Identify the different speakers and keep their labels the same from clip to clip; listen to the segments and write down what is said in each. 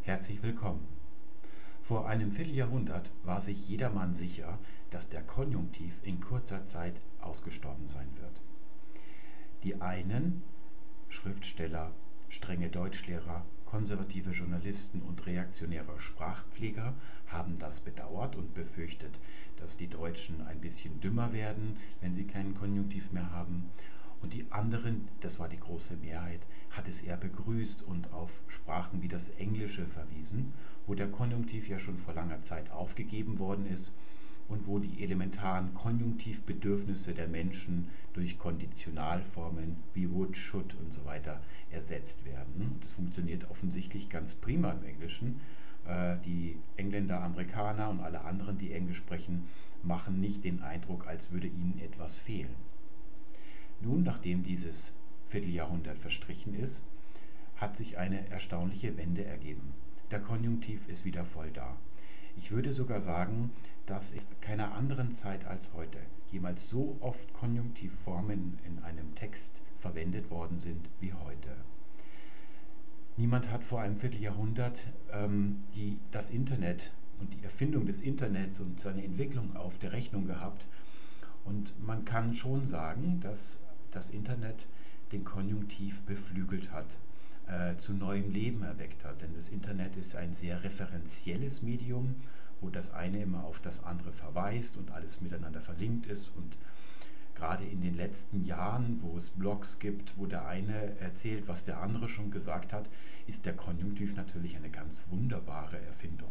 Speaker 1: Herzlich willkommen. Vor einem Vierteljahrhundert war sich jedermann sicher, dass der Konjunktiv in kurzer Zeit ausgestorben sein wird. Die einen, Schriftsteller, strenge Deutschlehrer, konservative Journalisten und reaktionäre Sprachpfleger, haben das bedauert und befürchtet, dass die Deutschen ein bisschen dümmer werden, wenn sie keinen Konjunktiv mehr haben. Und die anderen, das war die große Mehrheit, hat es eher begrüßt und auf Sprachen wie das Englische verwiesen, wo der Konjunktiv ja schon vor langer Zeit aufgegeben worden ist und wo die elementaren Konjunktivbedürfnisse der Menschen durch Konditionalformeln wie would, should und so weiter ersetzt werden. Das funktioniert offensichtlich ganz prima im Englischen. Die Engländer, Amerikaner und alle anderen, die Englisch sprechen, machen nicht den Eindruck, als würde ihnen etwas fehlen. Nun, nachdem dieses Vierteljahrhundert verstrichen ist, hat sich eine erstaunliche Wende ergeben. Der Konjunktiv ist wieder voll da. Ich würde sogar sagen, dass in keiner anderen Zeit als heute jemals so oft Konjunktivformen in einem Text verwendet worden sind wie heute. Niemand hat vor einem Vierteljahrhundert das Internet und die Erfindung des Internets und seine Entwicklung auf der Rechnung gehabt. Und man kann schon sagen, dass das Internet den Konjunktiv beflügelt hat, zu neuem Leben erweckt hat. Denn das Internet ist ein sehr referenzielles Medium, wo das eine immer auf das andere verweist und alles miteinander verlinkt ist. Und gerade in den letzten Jahren, wo es Blogs gibt, wo der eine erzählt, was der andere schon gesagt hat, ist der Konjunktiv natürlich eine ganz wunderbare Erfindung.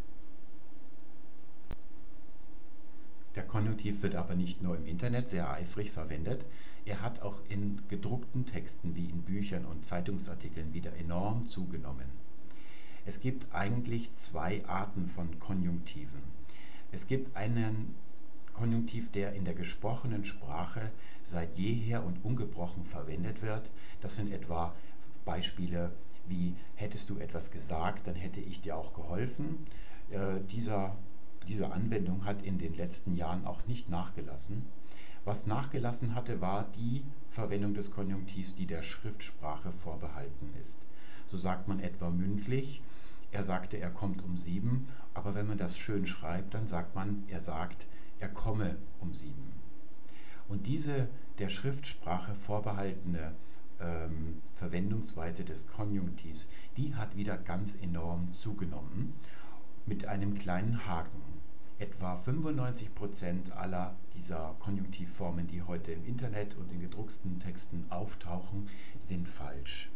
Speaker 1: Der Konjunktiv wird aber nicht nur im Internet sehr eifrig verwendet, er hat auch in gedruckten Texten wie in Büchern und Zeitungsartikeln wieder enorm zugenommen. Es gibt eigentlich zwei Arten von Konjunktiven. Es gibt einen Konjunktiv, der in der gesprochenen Sprache seit jeher und ungebrochen verwendet wird. Das sind etwa Beispiele wie: Hättest du etwas gesagt, dann hätte ich dir auch geholfen. Diese Anwendung hat in den letzten Jahren auch nicht nachgelassen. Was nachgelassen hatte, war die Verwendung des Konjunktivs, die der Schriftsprache vorbehalten ist. So sagt man etwa mündlich: Er sagte, er kommt um 7, aber wenn man das schön schreibt, dann sagt man, er komme um 7. Und diese der Schriftsprache vorbehaltene Verwendungsweise des Konjunktivs, die hat wieder ganz enorm zugenommen, mit einem kleinen Haken. Etwa 95% aller dieser Konjunktivformen, die heute im Internet und in gedruckten Texten auftauchen, sind falsch.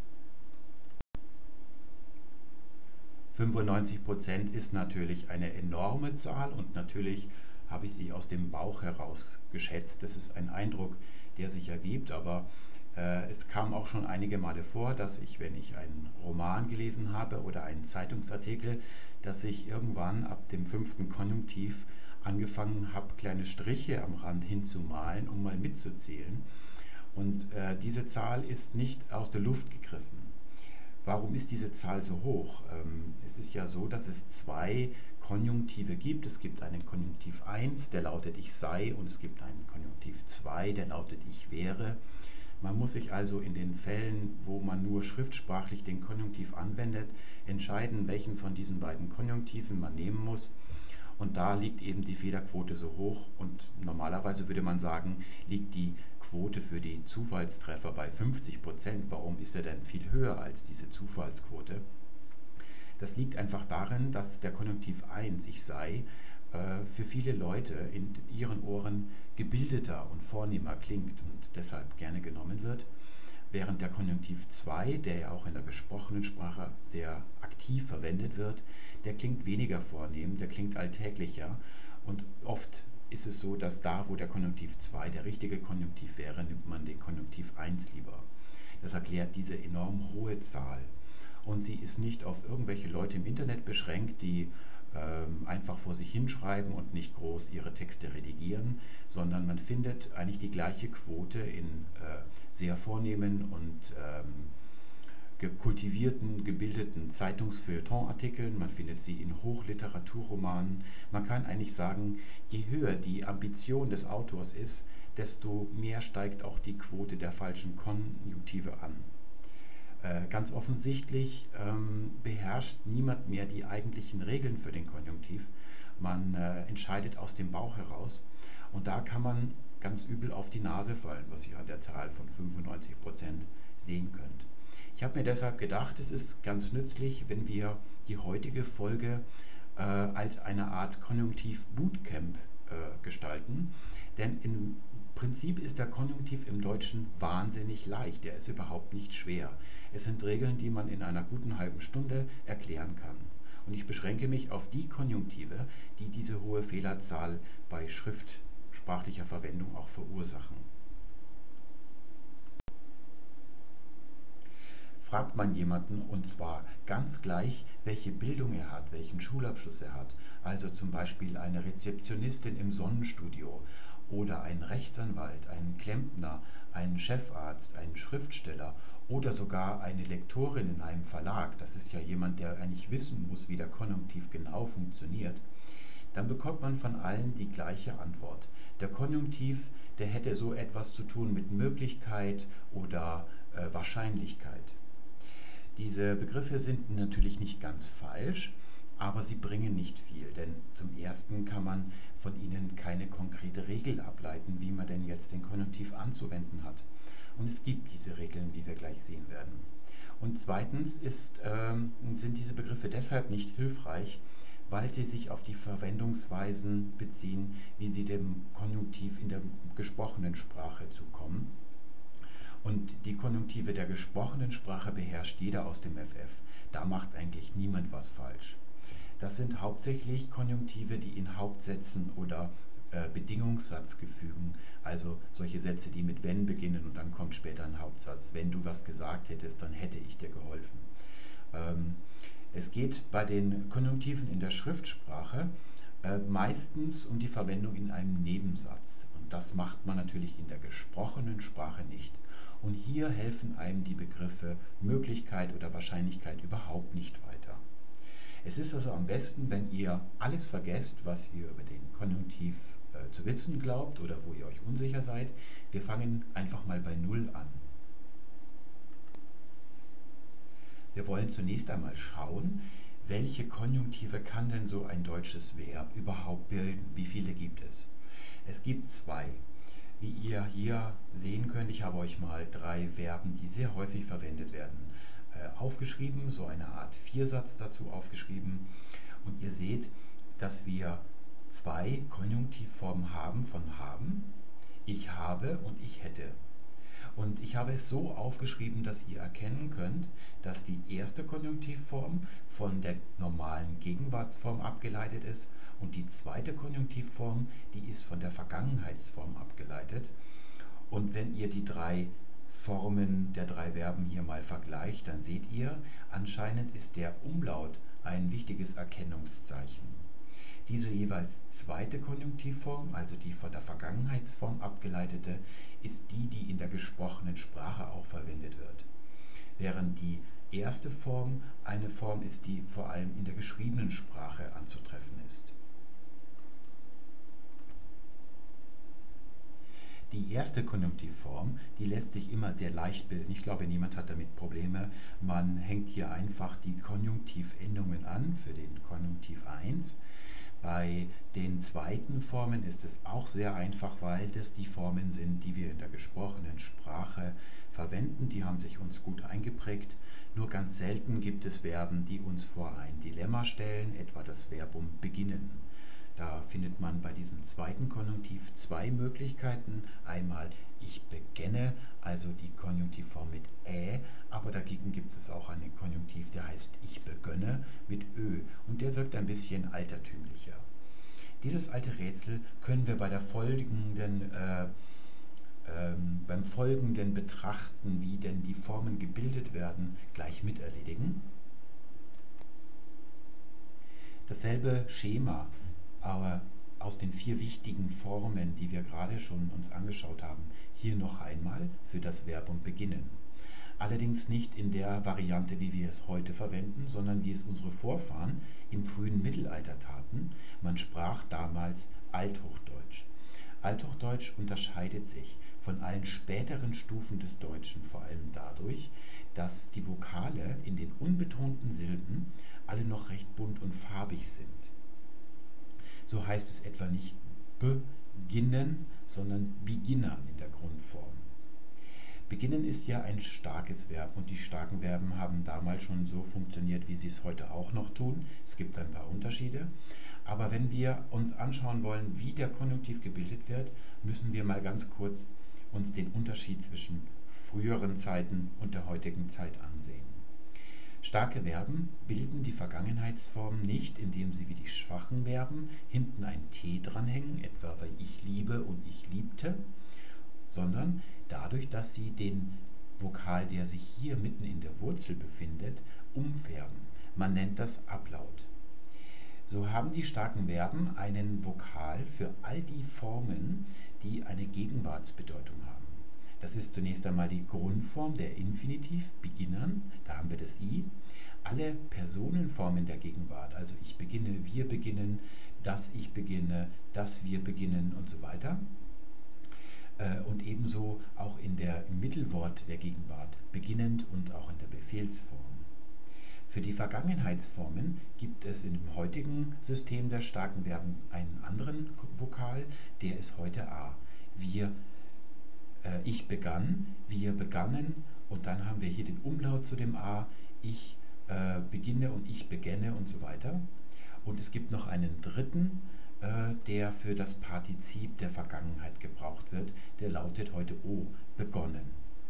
Speaker 1: 95% ist natürlich eine enorme Zahl und natürlich habe ich sie aus dem Bauch heraus geschätzt. Das ist ein Eindruck, der sich ergibt, aber es kam auch schon einige Male vor, dass ich, wenn ich einen Roman gelesen habe oder einen Zeitungsartikel, dass ich irgendwann ab dem 5. Konjunktiv angefangen habe, kleine Striche am Rand hinzumalen, um mal mitzuzählen. Und diese Zahl ist nicht aus der Luft gegriffen. Warum ist diese Zahl so hoch? Es ist ja so, dass es zwei Konjunktive gibt. Es gibt einen Konjunktiv 1, der lautet ich sei, und es gibt einen Konjunktiv 2, der lautet ich wäre. Man muss sich also in den Fällen, wo man nur schriftsprachlich den Konjunktiv anwendet, entscheiden, welchen von diesen beiden Konjunktiven man nehmen muss. Und da liegt eben die Fehlerquote so hoch, und normalerweise würde man sagen, liegt die Quote für die Zufallstreffer bei 50%. Warum ist er denn viel höher als diese Zufallsquote? Das liegt einfach darin, dass der Konjunktiv 1, ich sei, für viele Leute in ihren Ohren gebildeter und vornehmer klingt und deshalb gerne genommen wird, während der Konjunktiv 2, der ja auch in der gesprochenen Sprache sehr aktiv verwendet wird, der klingt weniger vornehm, der klingt alltäglicher, und oft ist es so, dass da, wo der Konjunktiv 2 der richtige Konjunktiv wäre, nimmt man den Konjunktiv 1 lieber. Das erklärt diese enorm hohe Zahl. Und sie ist nicht auf irgendwelche Leute im Internet beschränkt, die einfach vor sich hinschreiben und nicht groß ihre Texte redigieren, sondern man findet eigentlich die gleiche Quote in sehr vornehmen und kultivierten, gebildeten Zeitungsfeuilleton-Artikeln, man findet sie in Hochliteraturromanen. Man kann eigentlich sagen, je höher die Ambition des Autors ist, desto mehr steigt auch die Quote der falschen Konjunktive an. Ganz offensichtlich beherrscht niemand mehr die eigentlichen Regeln für den Konjunktiv. Man entscheidet aus dem Bauch heraus und da kann man ganz übel auf die Nase fallen, was ihr an der Zahl von 95% sehen könnt. Ich habe mir deshalb gedacht, es ist ganz nützlich, wenn wir die heutige Folge als eine Art Konjunktiv-Bootcamp gestalten, denn im Prinzip ist der Konjunktiv im Deutschen wahnsinnig leicht, der ist überhaupt nicht schwer. Es sind Regeln, die man in einer guten halben Stunde erklären kann. Und ich beschränke mich auf die Konjunktive, die diese hohe Fehlerzahl bei schriftsprachlicher Verwendung auch verursachen. Fragt man jemanden, und zwar ganz gleich, welche Bildung er hat, welchen Schulabschluss er hat, also zum Beispiel eine Rezeptionistin im Sonnenstudio oder einen Rechtsanwalt, einen Klempner, einen Chefarzt, einen Schriftsteller oder sogar eine Lektorin in einem Verlag, das ist ja jemand, der eigentlich wissen muss, wie der Konjunktiv genau funktioniert, dann bekommt man von allen die gleiche Antwort. Der Konjunktiv, der hätte so etwas zu tun mit Möglichkeit oder Wahrscheinlichkeit. Diese Begriffe sind natürlich nicht ganz falsch, aber sie bringen nicht viel, denn zum Ersten kann man von ihnen keine konkrete Regel ableiten, wie man denn jetzt den Konjunktiv anzuwenden hat. Und es gibt diese Regeln, wie wir gleich sehen werden. Und zweitens sind diese Begriffe deshalb nicht hilfreich, weil sie sich auf die Verwendungsweisen beziehen, wie sie dem Konjunktiv in der gesprochenen Sprache zukommen. Und die Konjunktive der gesprochenen Sprache beherrscht jeder aus dem FF. Da macht eigentlich niemand was falsch. Das sind hauptsächlich Konjunktive, die in Hauptsätzen oder Bedingungssatzgefügen, also solche Sätze, die mit wenn beginnen und dann kommt später ein Hauptsatz. Wenn du was gesagt hättest, dann hätte ich dir geholfen. Es geht bei den Konjunktiven in der Schriftsprache meistens um die Verwendung in einem Nebensatz. Und das macht man natürlich in der gesprochenen Sprache nicht. Und hier helfen einem die Begriffe Möglichkeit oder Wahrscheinlichkeit überhaupt nicht weiter. Es ist also am besten, wenn ihr alles vergesst, was ihr über den Konjunktiv zu wissen glaubt oder wo ihr euch unsicher seid. Wir fangen einfach mal bei Null an. Wir wollen zunächst einmal schauen, welche Konjunktive kann denn so ein deutsches Verb überhaupt bilden? Wie viele gibt es? Es gibt 2. Wie ihr hier sehen könnt, ich habe euch mal 3 Verben, die sehr häufig verwendet werden, aufgeschrieben, so eine Art Viersatz dazu aufgeschrieben. Und ihr seht, dass wir 2 Konjunktivformen haben von haben, ich habe und ich hätte. Und ich habe es so aufgeschrieben, dass ihr erkennen könnt, dass die erste Konjunktivform von der normalen Gegenwartsform abgeleitet ist und die zweite Konjunktivform, die ist von der Vergangenheitsform abgeleitet. Und wenn ihr die 3 Formen der 3 Verben hier mal vergleicht, dann seht ihr, anscheinend ist der Umlaut ein wichtiges Erkennungszeichen. Diese jeweils zweite Konjunktivform, also die von der Vergangenheitsform abgeleitete, ist die, die in der gesprochenen Sprache auch verwendet wird. Während die erste Form eine Form ist, die vor allem in der geschriebenen Sprache anzutreffen ist. Die erste Konjunktivform, die lässt sich immer sehr leicht bilden. Ich glaube, niemand hat damit Probleme. Man hängt hier einfach die Konjunktivendungen an für den Konjunktiv 1. Bei den zweiten Formen ist es auch sehr einfach, weil das die Formen sind, die wir in der gesprochenen Sprache verwenden. Die haben sich uns gut eingeprägt. Nur ganz selten gibt es Verben, die uns vor ein Dilemma stellen, etwa das Verbum beginnen. Da findet man bei diesem zweiten Konjunktiv 2 Möglichkeiten. Einmal ich beginne, also die Konjunktivform mit aber dagegen gibt es auch einen Konjunktiv, der heißt ich begönne mit ö und der wirkt ein bisschen altertümlicher. Dieses alte Rätsel können wir beim folgenden Betrachten, wie denn die Formen gebildet werden, gleich mit erledigen. Dasselbe Schema, aber aus den 4 wichtigen Formen, die wir gerade schon uns angeschaut haben, hier noch einmal für das Verbum beginnen. Allerdings nicht in der Variante, wie wir es heute verwenden, sondern wie es unsere Vorfahren im frühen Mittelalter taten. Man sprach damals Althochdeutsch. Althochdeutsch unterscheidet sich von allen späteren Stufen des Deutschen vor allem dadurch, dass die Vokale in den unbetonten Silben alle noch recht bunt und farbig sind. So heißt es etwa nicht beginnen, sondern beginnern in der Grundform. Beginnen ist ja ein starkes Verb und die starken Verben haben damals schon so funktioniert, wie sie es heute auch noch tun. Es gibt ein paar Unterschiede. Aber wenn wir uns anschauen wollen, wie der Konjunktiv gebildet wird, müssen wir mal ganz kurz uns den Unterschied zwischen früheren Zeiten und der heutigen Zeit ansehen. Starke Verben bilden die Vergangenheitsform nicht, indem sie wie die schwachen Verben hinten ein T dranhängen, etwa weil ich liebe und ich liebte, sondern dadurch, dass sie den Vokal, der sich hier mitten in der Wurzel befindet, umfärben. Man nennt das Ablaut. So haben die starken Verben einen Vokal für all die Formen, die eine Gegenwartsbedeutung haben. Das ist zunächst einmal die Grundform, der Infinitiv, beginnern, da haben wir das I. Alle Personenformen der Gegenwart, also ich beginne, wir beginnen, dass ich beginne, dass wir beginnen und so weiter. Und ebenso auch im Mittelwort der Gegenwart, beginnend und auch in der Befehlsform. Für die Vergangenheitsformen gibt es im heutigen System der starken Verben einen anderen Vokal, der ist heute A. Ich begann, wir begannen und dann haben wir hier den Umlaut zu dem A, ich beginne und ich begänne und so weiter. Und es gibt noch einen dritten, der für das Partizip der Vergangenheit gebraucht wird, der lautet heute O, begonnen.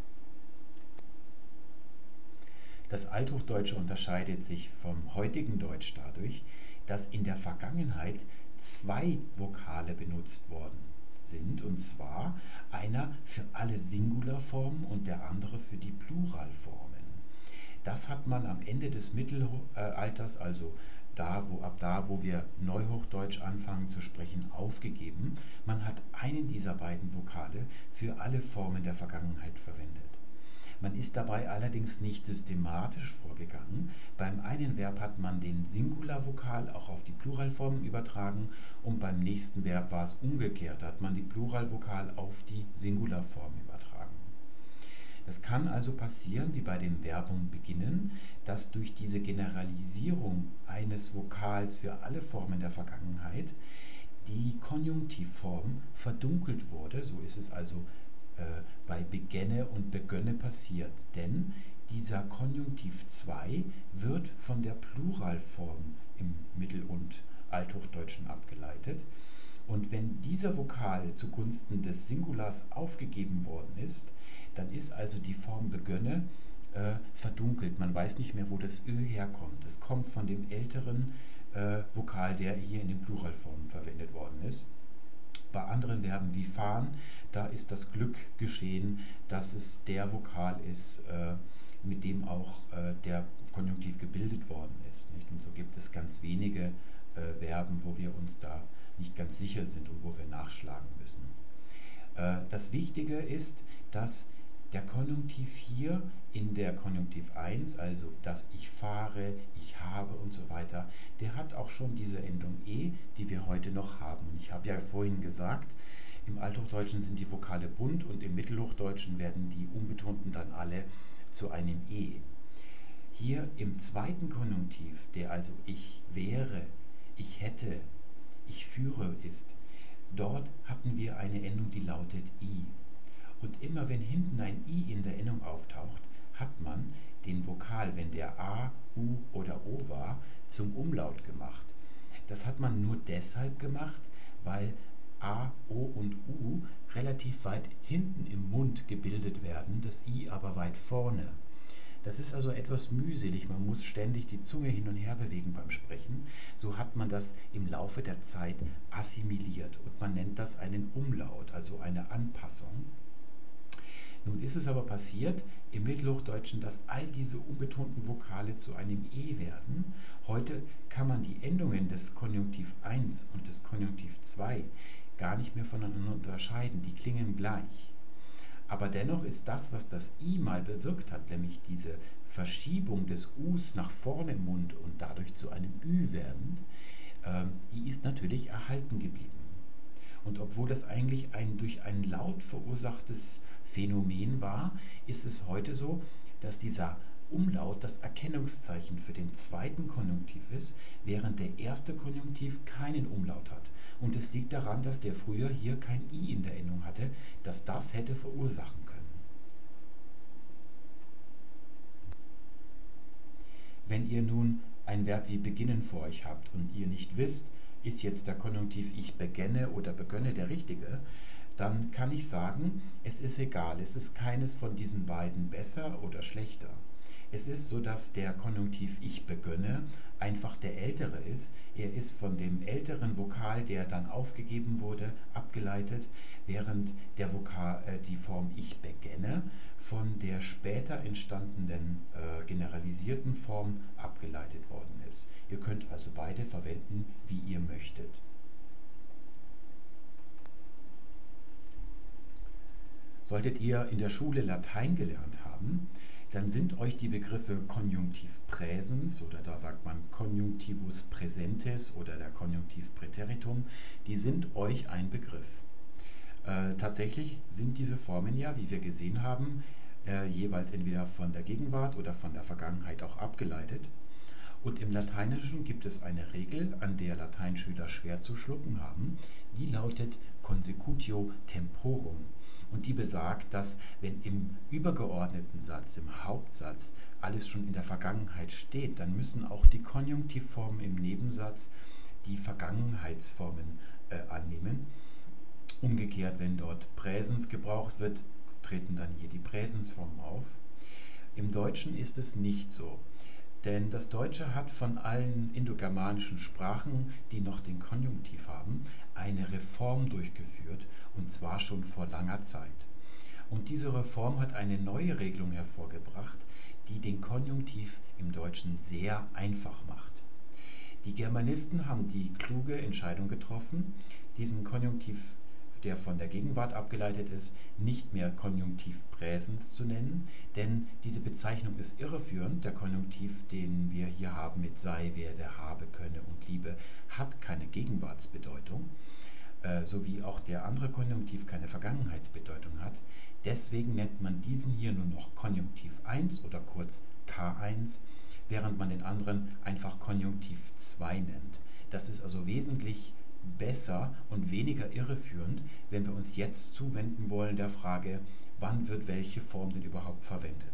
Speaker 1: Das Althochdeutsche unterscheidet sich vom heutigen Deutsch dadurch, dass in der Vergangenheit zwei Vokale benutzt worden sind, und zwar einer für alle Singularformen und der andere für die Pluralformen. Das hat man am Ende des Mittelalters, also ab da, wo wir Neuhochdeutsch anfangen zu sprechen, aufgegeben. Man hat einen dieser beiden Vokale für alle Formen der Vergangenheit verwendet. Man ist dabei allerdings nicht systematisch vorgegangen. Beim einen Verb hat man den Singularvokal auch auf die Pluralformen übertragen und beim nächsten Verb war es umgekehrt, da hat man die Pluralvokal auf die Singularform übertragen. Es kann also passieren, wie bei dem Verbum beginnen, dass durch diese Generalisierung eines Vokals für alle Formen der Vergangenheit die Konjunktivform verdunkelt wurde. So ist es also bei begänne und begönne passiert, denn dieser Konjunktiv 2 wird von der Pluralform im Mittel- und Althochdeutschen abgeleitet. Und wenn dieser Vokal zugunsten des Singulars aufgegeben worden ist, dann ist also die Form begönne verdunkelt. Man weiß nicht mehr, wo das Ö herkommt. Es kommt von dem älteren Vokal, der hier in den Pluralformen verwendet worden ist. Bei anderen Verben wie fahren, da ist das Glück geschehen, dass es der Vokal ist, mit dem auch der Konjunktiv gebildet worden ist. Nicht? Und so gibt es ganz wenige Verben, wo wir uns da nicht ganz sicher sind und wo wir nachschlagen müssen. Das Wichtige ist, dass der Konjunktiv hier in der Konjunktiv 1, also dass ich fahre, ich habe und so weiter, der hat auch schon diese Endung E, die wir heute noch haben. Und ich habe ja vorhin gesagt, im Althochdeutschen sind die Vokale bunt und im Mittelhochdeutschen werden die Unbetonten dann alle zu einem E. Hier im zweiten Konjunktiv, der also ich wäre, ich hätte, ich führe ist, dort hatten wir eine Endung, die lautet I. Und immer wenn hinten ein I in der Endung auftaucht, hat man den Vokal, wenn der A, U oder O war, zum Umlaut gemacht. Das hat man nur deshalb gemacht, weil A, O und U relativ weit hinten im Mund gebildet werden, das I aber weit vorne. Das ist also etwas mühselig, man muss ständig die Zunge hin und her bewegen beim Sprechen. So hat man das im Laufe der Zeit assimiliert und man nennt das einen Umlaut, also eine Anpassung. Nun ist es aber passiert im Mittelhochdeutschen, dass all diese unbetonten Vokale zu einem E werden. Heute kann man die Endungen des Konjunktiv 1 und des Konjunktiv 2 gar nicht mehr voneinander unterscheiden, die klingen gleich. Aber dennoch ist das, was das I mal bewirkt hat, nämlich diese Verschiebung des Us nach vorne im Mund und dadurch zu einem Ü werden, die ist natürlich erhalten geblieben. Und obwohl das eigentlich ein durch einen Laut verursachtes Phänomen war, ist es heute so, dass dieser Umlaut das Erkennungszeichen für den zweiten Konjunktiv ist, während der erste Konjunktiv keinen Umlaut hat. Und es liegt daran, dass der früher hier kein I in der Endung hatte, das das hätte verursachen können. Wenn ihr nun ein Verb wie beginnen vor euch habt und ihr nicht wisst, ist jetzt der Konjunktiv ich begenne oder begönne der richtige, dann kann ich sagen, es ist egal, es ist keines von diesen beiden besser oder schlechter. Es ist so, dass der Konjunktiv ich begönne einfach der ältere ist. Er ist von dem älteren Vokal, der dann aufgegeben wurde, abgeleitet, während die Form ich begenne von der später entstandenen generalisierten Form abgeleitet worden ist. Ihr könnt also beide verwenden, wie ihr möchtet. Solltet ihr in der Schule Latein gelernt haben, dann sind euch die Begriffe Konjunktiv Präsens oder da sagt man Konjunktivus Präsentes oder der Konjunktiv Präteritum, die sind euch ein Begriff. Tatsächlich sind diese Formen ja, wie wir gesehen haben, jeweils entweder von der Gegenwart oder von der Vergangenheit auch abgeleitet. Und im Lateinischen gibt es eine Regel, an der Lateinschüler schwer zu schlucken haben, die lautet consecutio temporum. Und die besagt, dass wenn im übergeordneten Satz, im Hauptsatz, alles schon in der Vergangenheit steht, dann müssen auch die Konjunktivformen im Nebensatz die Vergangenheitsformen annehmen. Umgekehrt, wenn dort Präsens gebraucht wird, treten dann hier die Präsensformen auf. Im Deutschen ist es nicht so. Denn das Deutsche hat von allen indogermanischen Sprachen, die noch den Konjunktiv haben, eine Reform durchgeführt, und zwar schon vor langer Zeit. Und diese Reform hat eine neue Regelung hervorgebracht, die den Konjunktiv im Deutschen sehr einfach macht. Die Germanisten haben die kluge Entscheidung getroffen, diesen Konjunktiv, der von der Gegenwart abgeleitet ist, nicht mehr Konjunktiv Präsens zu nennen, denn diese Bezeichnung ist irreführend. Der Konjunktiv, den wir hier haben mit sei, werde, habe, könne und liebe, hat keine Gegenwartsbedeutung, so wie auch der andere Konjunktiv keine Vergangenheitsbedeutung hat. Deswegen nennt man diesen hier nur noch Konjunktiv 1 oder kurz K1, während man den anderen einfach Konjunktiv 2 nennt. Das ist also wesentlich besser und weniger irreführend, wenn wir uns jetzt zuwenden wollen der Frage, wann wird welche Form denn überhaupt verwendet.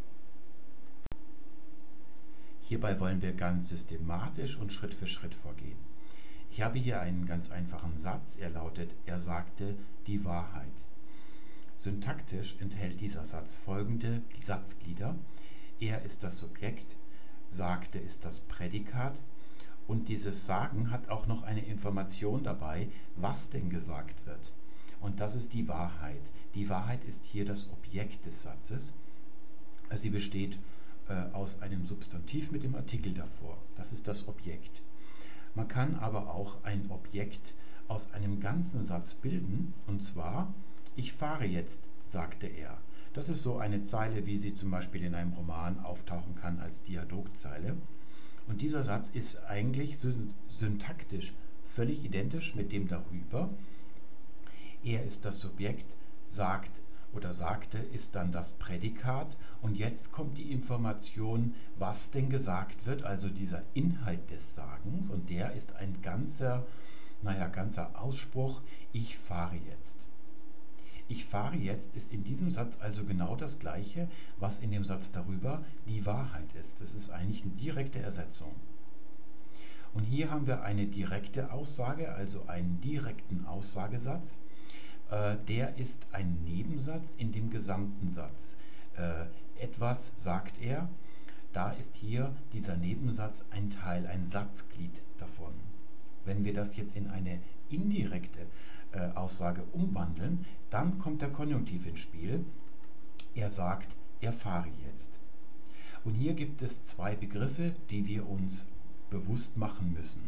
Speaker 1: Hierbei wollen wir ganz systematisch und Schritt für Schritt vorgehen. Ich habe hier einen ganz einfachen Satz, er lautet, er sagte die Wahrheit. Syntaktisch enthält dieser Satz folgende Satzglieder. Er ist das Subjekt, sagte ist das Prädikat, und dieses Sagen hat auch noch eine Information dabei, was denn gesagt wird. Und das ist die Wahrheit. Die Wahrheit ist hier das Objekt des Satzes. Sie besteht aus einem Substantiv mit dem Artikel davor. Das ist das Objekt. Man kann aber auch ein Objekt aus einem ganzen Satz bilden, und zwar, ich fahre jetzt, sagte er. Das ist so eine Zeile, wie sie zum Beispiel in einem Roman auftauchen kann als Dialogzeile. Und dieser Satz ist eigentlich syntaktisch völlig identisch mit dem darüber. Er ist das Subjekt, sagt oder sagte ist dann das Prädikat und jetzt kommt die Information, was denn gesagt wird, also dieser Inhalt des Sagens, und der ist ein ganzer Ausspruch, ich fahre jetzt. Ich fahre jetzt ist in diesem Satz also genau das Gleiche, was in dem Satz darüber die Wahrheit ist. Das ist eigentlich eine direkte Ersetzung. Und hier haben wir eine direkte Aussage, also einen direkten Aussagesatz. Der ist ein Nebensatz in dem gesamten Satz. Etwas sagt er, da ist hier dieser Nebensatz ein Teil, ein Satzglied davon. Wenn wir das jetzt in eine indirekte Aussage umwandeln, dann kommt der Konjunktiv ins Spiel. Er sagt, er fahre jetzt. Und hier gibt es zwei Begriffe, die wir uns bewusst machen müssen.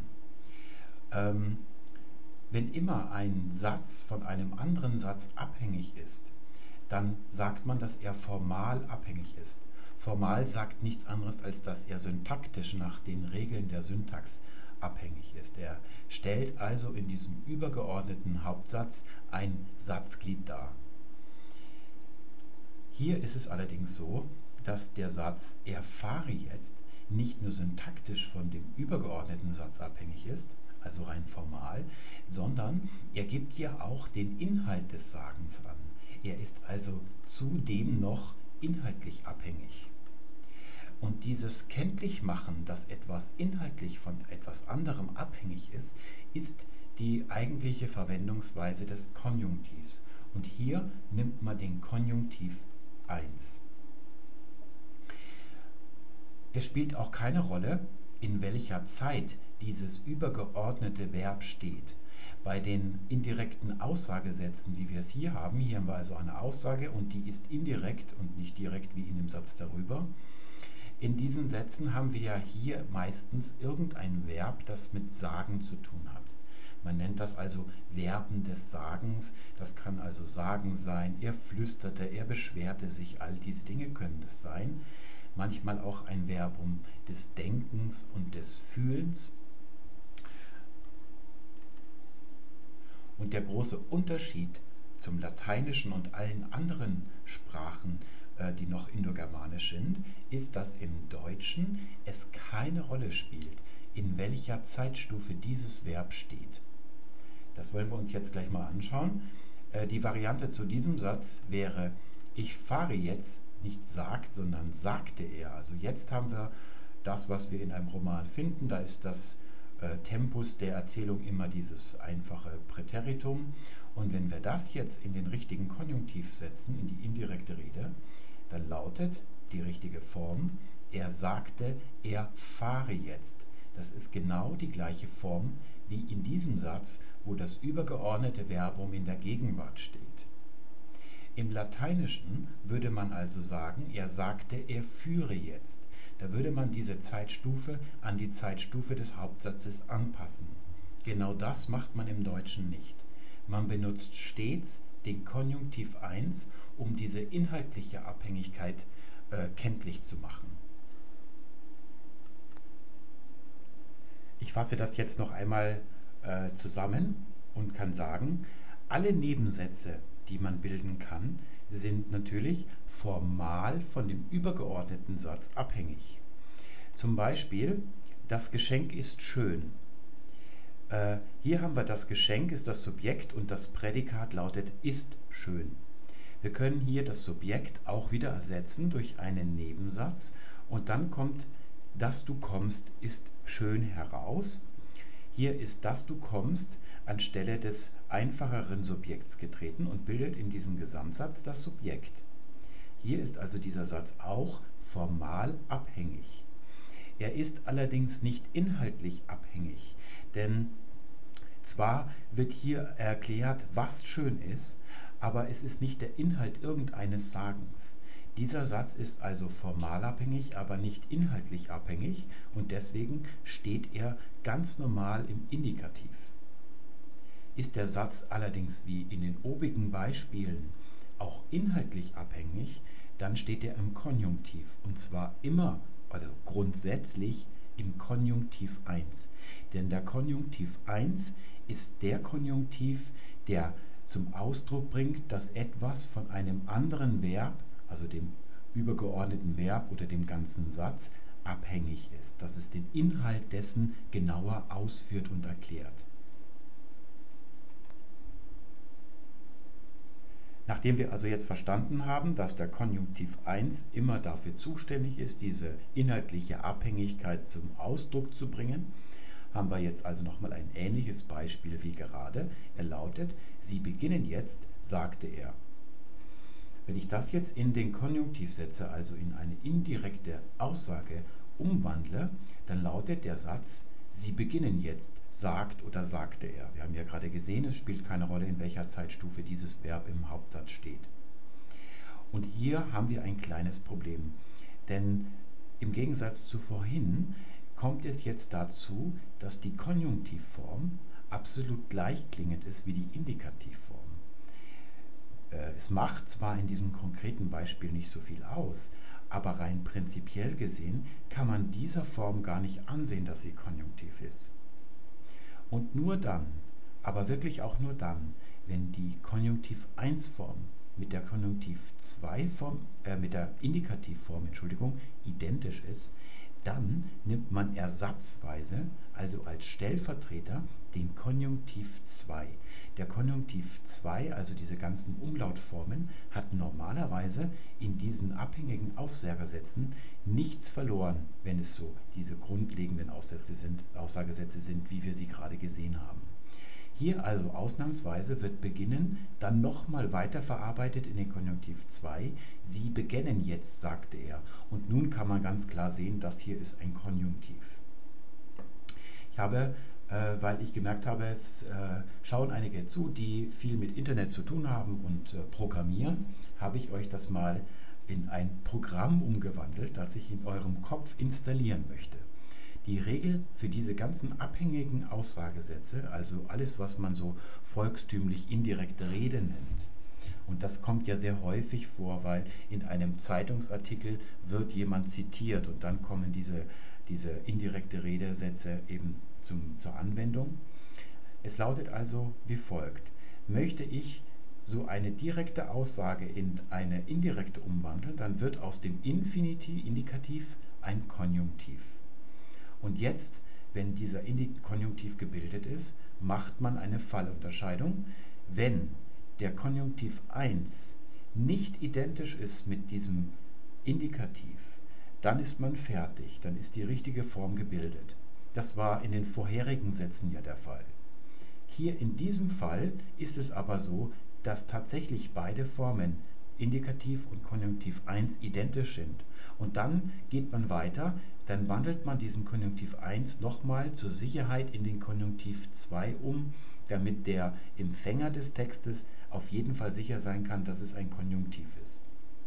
Speaker 1: Wenn immer ein Satz von einem anderen Satz abhängig ist, dann sagt man, dass er formal abhängig ist. Formal sagt nichts anderes, als dass er syntaktisch nach den Regeln der Syntax abhängig ist. Er stellt also in diesem übergeordneten Hauptsatz ein Satzglied dar. Hier ist es allerdings so, dass der Satz erfahre jetzt nicht nur syntaktisch von dem übergeordneten Satz abhängig ist, also rein formal, sondern er gibt ja auch den Inhalt des Sagens an. Er ist also zudem noch inhaltlich abhängig. Und dieses Kenntlichmachen, dass etwas inhaltlich von etwas anderem abhängig ist, ist die eigentliche Verwendungsweise des Konjunktivs. Und hier nimmt man den Konjunktiv 1. Es spielt auch keine Rolle, in welcher Zeit dieses übergeordnete Verb steht. Bei den indirekten Aussagesätzen, wie wir es hier haben wir also eine Aussage und die ist indirekt und nicht direkt wie in dem Satz darüber. In diesen Sätzen haben wir ja hier meistens irgendein Verb, das mit Sagen zu tun hat. Man nennt das also Verben des Sagens. Das kann also Sagen sein, er flüsterte, er beschwerte sich, all diese Dinge können es sein. Manchmal auch ein Verbum des Denkens und des Fühlens. Und der große Unterschied zum Lateinischen und allen anderen Sprachen, die noch indogermanisch sind, ist, dass im Deutschen es keine Rolle spielt, in welcher Zeitstufe dieses Verb steht. Das wollen wir uns jetzt gleich mal anschauen. Die Variante zu diesem Satz wäre, ich fahre jetzt, nicht sagt, sondern sagte er. Also jetzt haben wir das, was wir in einem Roman finden. Da ist das Tempus der Erzählung immer dieses einfache Präteritum. Und wenn wir das jetzt in den richtigen Konjunktiv setzen, in die indirekte Rede, dann lautet die richtige Form, er sagte, er fahre jetzt. Das ist genau die gleiche Form wie in diesem Satz, wo das übergeordnete Verbum in der Gegenwart steht. Im Lateinischen würde man also sagen, er sagte, er führe jetzt. Da würde man diese Zeitstufe an die Zeitstufe des Hauptsatzes anpassen. Genau das macht man im Deutschen nicht. Man benutzt stets den Konjunktiv 1, um diese inhaltliche Abhängigkeit kenntlich zu machen. Ich fasse das jetzt noch einmal zusammen und kann sagen, alle Nebensätze, die man bilden kann, sind natürlich formal von dem übergeordneten Satz abhängig. Zum Beispiel, das Geschenk ist schön. Hier haben wir das Geschenk, ist das Subjekt und das Prädikat lautet ist schön. Wir können hier das Subjekt auch wieder ersetzen durch einen Nebensatz und dann kommt, dass du kommst, ist schön heraus. Hier ist, dass du kommst, anstelle des einfacheren Subjekts getreten und bildet in diesem Gesamtsatz das Subjekt. Hier ist also dieser Satz auch formal abhängig. Er ist allerdings nicht inhaltlich abhängig, denn zwar wird hier erklärt, was schön ist, aber es ist nicht der Inhalt irgendeines Sagens. Dieser Satz ist also formal abhängig, aber nicht inhaltlich abhängig und deswegen steht er ganz normal im Indikativ. Ist der Satz allerdings wie in den obigen Beispielen auch inhaltlich abhängig, dann steht er im Konjunktiv und zwar immer oder grundsätzlich im Konjunktiv 1. Denn der Konjunktiv 1 ist der Konjunktiv, der zum Ausdruck bringt, dass etwas von einem anderen Verb, also dem übergeordneten Verb oder dem ganzen Satz, abhängig ist, dass es den Inhalt dessen genauer ausführt und erklärt. Nachdem wir also jetzt verstanden haben, dass der Konjunktiv 1 immer dafür zuständig ist, diese inhaltliche Abhängigkeit zum Ausdruck zu bringen, haben wir jetzt also nochmal ein ähnliches Beispiel wie gerade. Er lautet, Sie beginnen jetzt, sagte er. Wenn ich das jetzt in den Konjunktiv setze, also in eine indirekte Aussage umwandle, dann lautet der Satz, Sie beginnen jetzt, sagt oder sagte er. Wir haben ja gerade gesehen, es spielt keine Rolle, in welcher Zeitstufe dieses Verb im Hauptsatz steht. Und hier haben wir ein kleines Problem, denn im Gegensatz zu vorhin kommt es jetzt dazu, dass die Konjunktivform absolut gleichklingend ist wie die Indikativform. Es macht zwar in diesem konkreten Beispiel nicht so viel aus, aber rein prinzipiell gesehen kann man dieser Form gar nicht ansehen, dass sie konjunktiv ist. Und nur dann, aber wirklich auch nur dann, wenn die Konjunktiv-1-Form mit der Konjunktiv 2 Form, mit der Indikativform, Entschuldigung, identisch ist, dann nimmt man ersatzweise, also als Stellvertreter, den Konjunktiv 2. Der Konjunktiv 2, also diese ganzen Umlautformen, hat normalerweise in diesen abhängigen Aussagesätzen nichts verloren, wenn es so diese grundlegenden Aussagesätze sind, wie wir sie gerade gesehen haben. Hier also ausnahmsweise wird beginnen, dann nochmal weiterverarbeitet in den Konjunktiv 2. Sie beginnen jetzt, sagte er. Und nun kann man ganz klar sehen, das hier ist ein Konjunktiv. Ich habe, weil ich gemerkt habe, es schauen einige zu, die viel mit Internet zu tun haben und programmieren, habe ich euch das mal in ein Programm umgewandelt, das ich in eurem Kopf installieren möchte. Die Regel für diese ganzen abhängigen Aussagesätze, also alles, was man so volkstümlich indirekte Rede nennt, und das kommt ja sehr häufig vor, weil in einem Zeitungsartikel wird jemand zitiert und dann kommen diese indirekte Redesätze eben zur Anwendung. Es lautet also wie folgt: Möchte ich so eine direkte Aussage in eine indirekte umwandeln, dann wird aus dem Indikativ ein Konjunktiv. Und jetzt, wenn dieser Konjunktiv gebildet ist, macht man eine Fallunterscheidung. Wenn der Konjunktiv 1 nicht identisch ist mit diesem Indikativ, dann ist man fertig, dann ist die richtige Form gebildet. Das war in den vorherigen Sätzen ja der Fall. Hier in diesem Fall ist es aber so, dass tatsächlich beide Formen, Indikativ und Konjunktiv 1, identisch sind. Und dann geht man weiter, dann wandelt man diesen Konjunktiv 1 nochmal zur Sicherheit in den Konjunktiv 2 um, damit der Empfänger des Textes auf jeden Fall sicher sein kann, dass es ein Konjunktiv ist.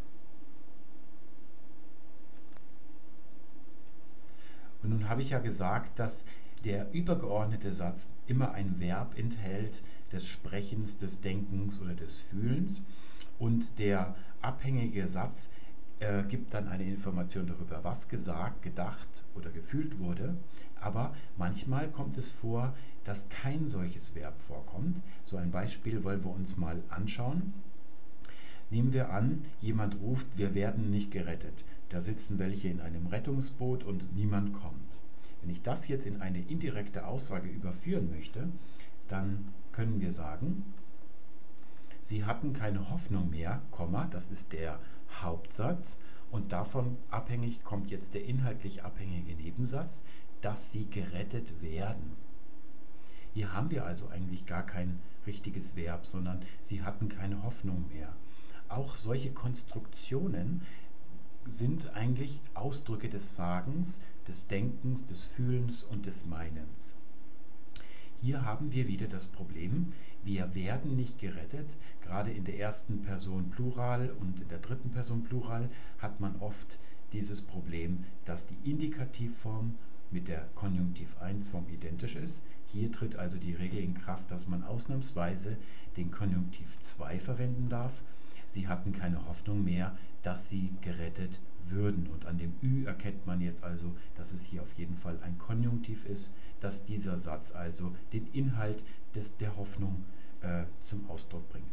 Speaker 1: Und nun habe ich ja gesagt, dass der übergeordnete Satz immer ein Verb enthält, des Sprechens, des Denkens oder des Fühlens, und der abhängige Satz gibt dann eine Information darüber, was gesagt, gedacht oder gefühlt wurde, aber manchmal kommt es vor, dass kein solches Verb vorkommt. So ein Beispiel wollen wir uns mal anschauen. Nehmen wir an, jemand ruft, wir werden nicht gerettet. Da sitzen welche in einem Rettungsboot und niemand kommt. Wenn ich das jetzt in eine indirekte Aussage überführen möchte, dann können wir sagen, sie hatten keine Hoffnung mehr, das ist der Hauptsatz, und davon abhängig kommt jetzt der inhaltlich abhängige Nebensatz, dass sie gerettet werden. Hier haben wir also eigentlich gar kein richtiges Verb, sondern sie hatten keine Hoffnung mehr. Auch solche Konstruktionen sind eigentlich Ausdrücke des Sagens, des Denkens, des Fühlens und des Meinens. Hier haben wir wieder das Problem, wir werden nicht gerettet. Gerade in der ersten Person Plural und in der dritten Person Plural hat man oft dieses Problem, dass die Indikativform mit der Konjunktiv 1 Form identisch ist. Hier tritt also die Regel in Kraft, dass man ausnahmsweise den Konjunktiv 2 verwenden darf. Sie hatten keine Hoffnung mehr, dass sie gerettet würden. Und an dem Ü erkennt man jetzt also, dass es hier auf jeden Fall ein Konjunktiv ist, dass dieser Satz also den Inhalt der Hoffnung zum Ausdruck bringt.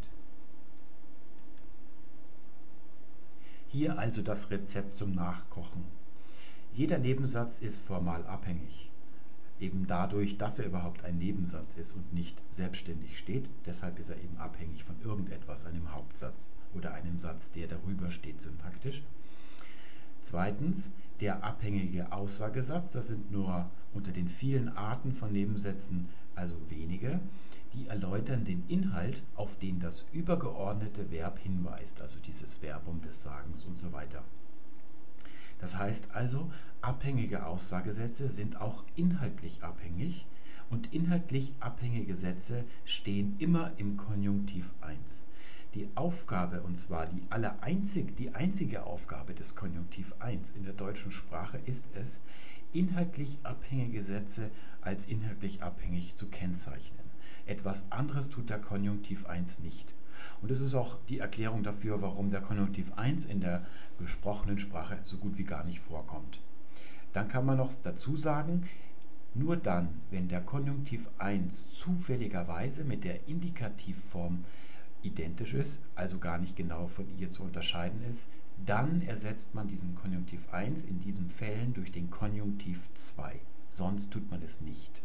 Speaker 1: Hier also das Rezept zum Nachkochen. Jeder Nebensatz ist formal abhängig. Eben dadurch, dass er überhaupt ein Nebensatz ist und nicht selbstständig steht. Deshalb ist er eben abhängig von irgendetwas, einem Hauptsatz oder einem Satz, der darüber steht syntaktisch. Zweitens, der abhängige Aussagesatz, das sind nur unter den vielen Arten von Nebensätzen also wenige, die erläutern den Inhalt, auf den das übergeordnete Verb hinweist, also dieses Verbum des Sagens und so weiter. Das heißt also, abhängige Aussagesätze sind auch inhaltlich abhängig und inhaltlich abhängige Sätze stehen immer im Konjunktiv 1. Die Aufgabe, und zwar die einzige Aufgabe des Konjunktiv 1 in der deutschen Sprache ist es, inhaltlich abhängige Sätze als inhaltlich abhängig zu kennzeichnen. Etwas anderes tut der Konjunktiv 1 nicht. Und das ist auch die Erklärung dafür, warum der Konjunktiv 1 in der gesprochenen Sprache so gut wie gar nicht vorkommt. Dann kann man noch dazu sagen, nur dann, wenn der Konjunktiv 1 zufälligerweise mit der Indikativform identisch ist, also gar nicht genau von ihr zu unterscheiden ist, dann ersetzt man diesen Konjunktiv 1 in diesen Fällen durch den Konjunktiv 2. Sonst tut man es nicht.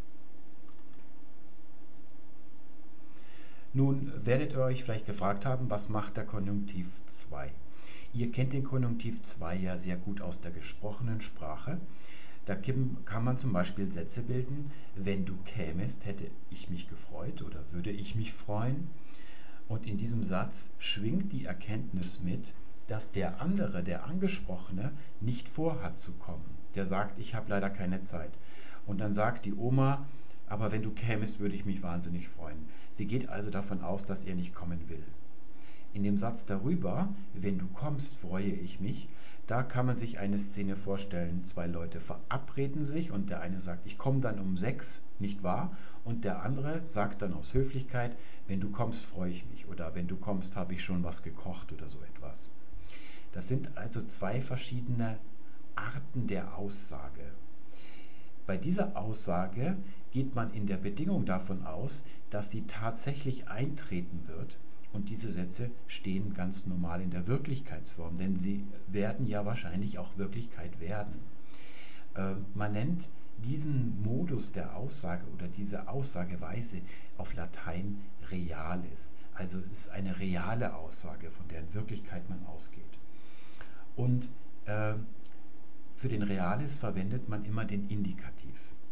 Speaker 1: Nun werdet ihr euch vielleicht gefragt haben, was macht der Konjunktiv 2? Ihr kennt den Konjunktiv 2 ja sehr gut aus der gesprochenen Sprache. Da kann man zum Beispiel Sätze bilden: Wenn du kämest, hätte ich mich gefreut oder würde ich mich freuen. Und in diesem Satz schwingt die Erkenntnis mit, dass der andere, der Angesprochene, nicht vorhat zu kommen. Der sagt, ich habe leider keine Zeit. Und dann sagt die Oma, aber wenn du kämest, würde ich mich wahnsinnig freuen. Sie geht also davon aus, dass er nicht kommen will. In dem Satz darüber, wenn du kommst, freue ich mich, da kann man sich eine Szene vorstellen. 2 Leute verabreden sich und der eine sagt, ich komme dann um 6, nicht wahr? Und der andere sagt dann aus Höflichkeit, wenn du kommst, freue ich mich. Oder wenn du kommst, habe ich schon was gekocht oder so etwas. Das sind also 2 verschiedene Arten der Aussage. Bei dieser Aussage geht man in der Bedingung davon aus, dass sie tatsächlich eintreten wird. Und diese Sätze stehen ganz normal in der Wirklichkeitsform, denn sie werden ja wahrscheinlich auch Wirklichkeit werden. Man nennt diesen Modus der Aussage oder diese Aussageweise auf Latein Realis. Also es ist eine reale Aussage, von deren Wirklichkeit man ausgeht. Und für den Realis verwendet man immer den Indikativ.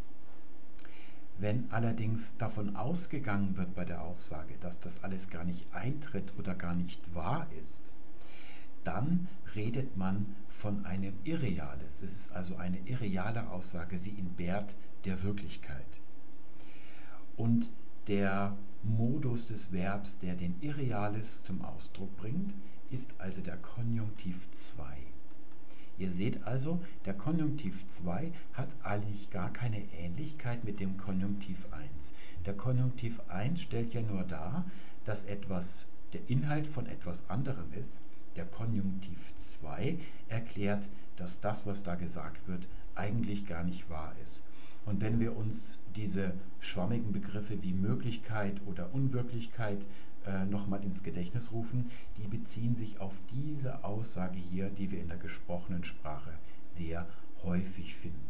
Speaker 1: Wenn allerdings davon ausgegangen wird bei der Aussage, dass das alles gar nicht eintritt oder gar nicht wahr ist, dann redet man von einem Irreales. Es ist also eine irreale Aussage, sie entbehrt der Wirklichkeit. Und der Modus des Verbs, der den Irreales zum Ausdruck bringt, ist also der Konjunktiv 2. Ihr seht also, der Konjunktiv 2 hat eigentlich gar keine Ähnlichkeit mit dem Konjunktiv 1. Der Konjunktiv 1 stellt ja nur dar, dass etwas der Inhalt von etwas anderem ist. Der Konjunktiv 2 erklärt, dass das, was da gesagt wird, eigentlich gar nicht wahr ist. Und wenn wir uns diese schwammigen Begriffe wie Möglichkeit oder Unwirklichkeit nochmal ins Gedächtnis rufen, die beziehen sich auf diese Aussage hier, die wir in der gesprochenen Sprache sehr häufig finden.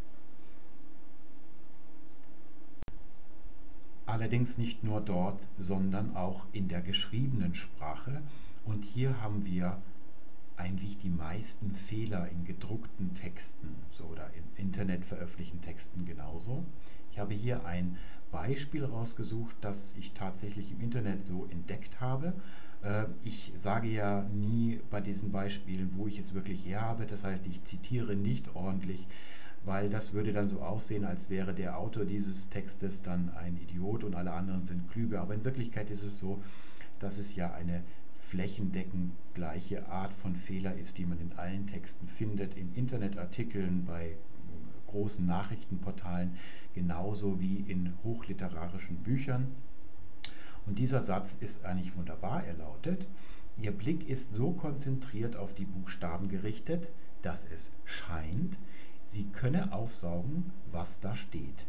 Speaker 1: Allerdings nicht nur dort, sondern auch in der geschriebenen Sprache. Und hier haben wir eigentlich die meisten Fehler in gedruckten Texten so, oder in Internet veröffentlichten Texten genauso. Ich habe hier ein Beispiel rausgesucht, das ich tatsächlich im Internet so entdeckt habe. Ich sage ja nie bei diesen Beispielen, wo ich es wirklich her habe. Das heißt, ich zitiere nicht ordentlich, weil das würde dann so aussehen, als wäre der Autor dieses Textes dann ein Idiot und alle anderen sind klüger. Aber in Wirklichkeit ist es so, dass es ja eine flächendeckend gleiche Art von Fehler ist, die man in allen Texten findet, in Internetartikeln, bei großen Nachrichtenportalen, genauso wie in hochliterarischen Büchern. Und dieser Satz ist eigentlich wunderbar. Er lautet: Ihr Blick ist so konzentriert auf die Buchstaben gerichtet, dass es scheint, sie könne aufsaugen, was da steht.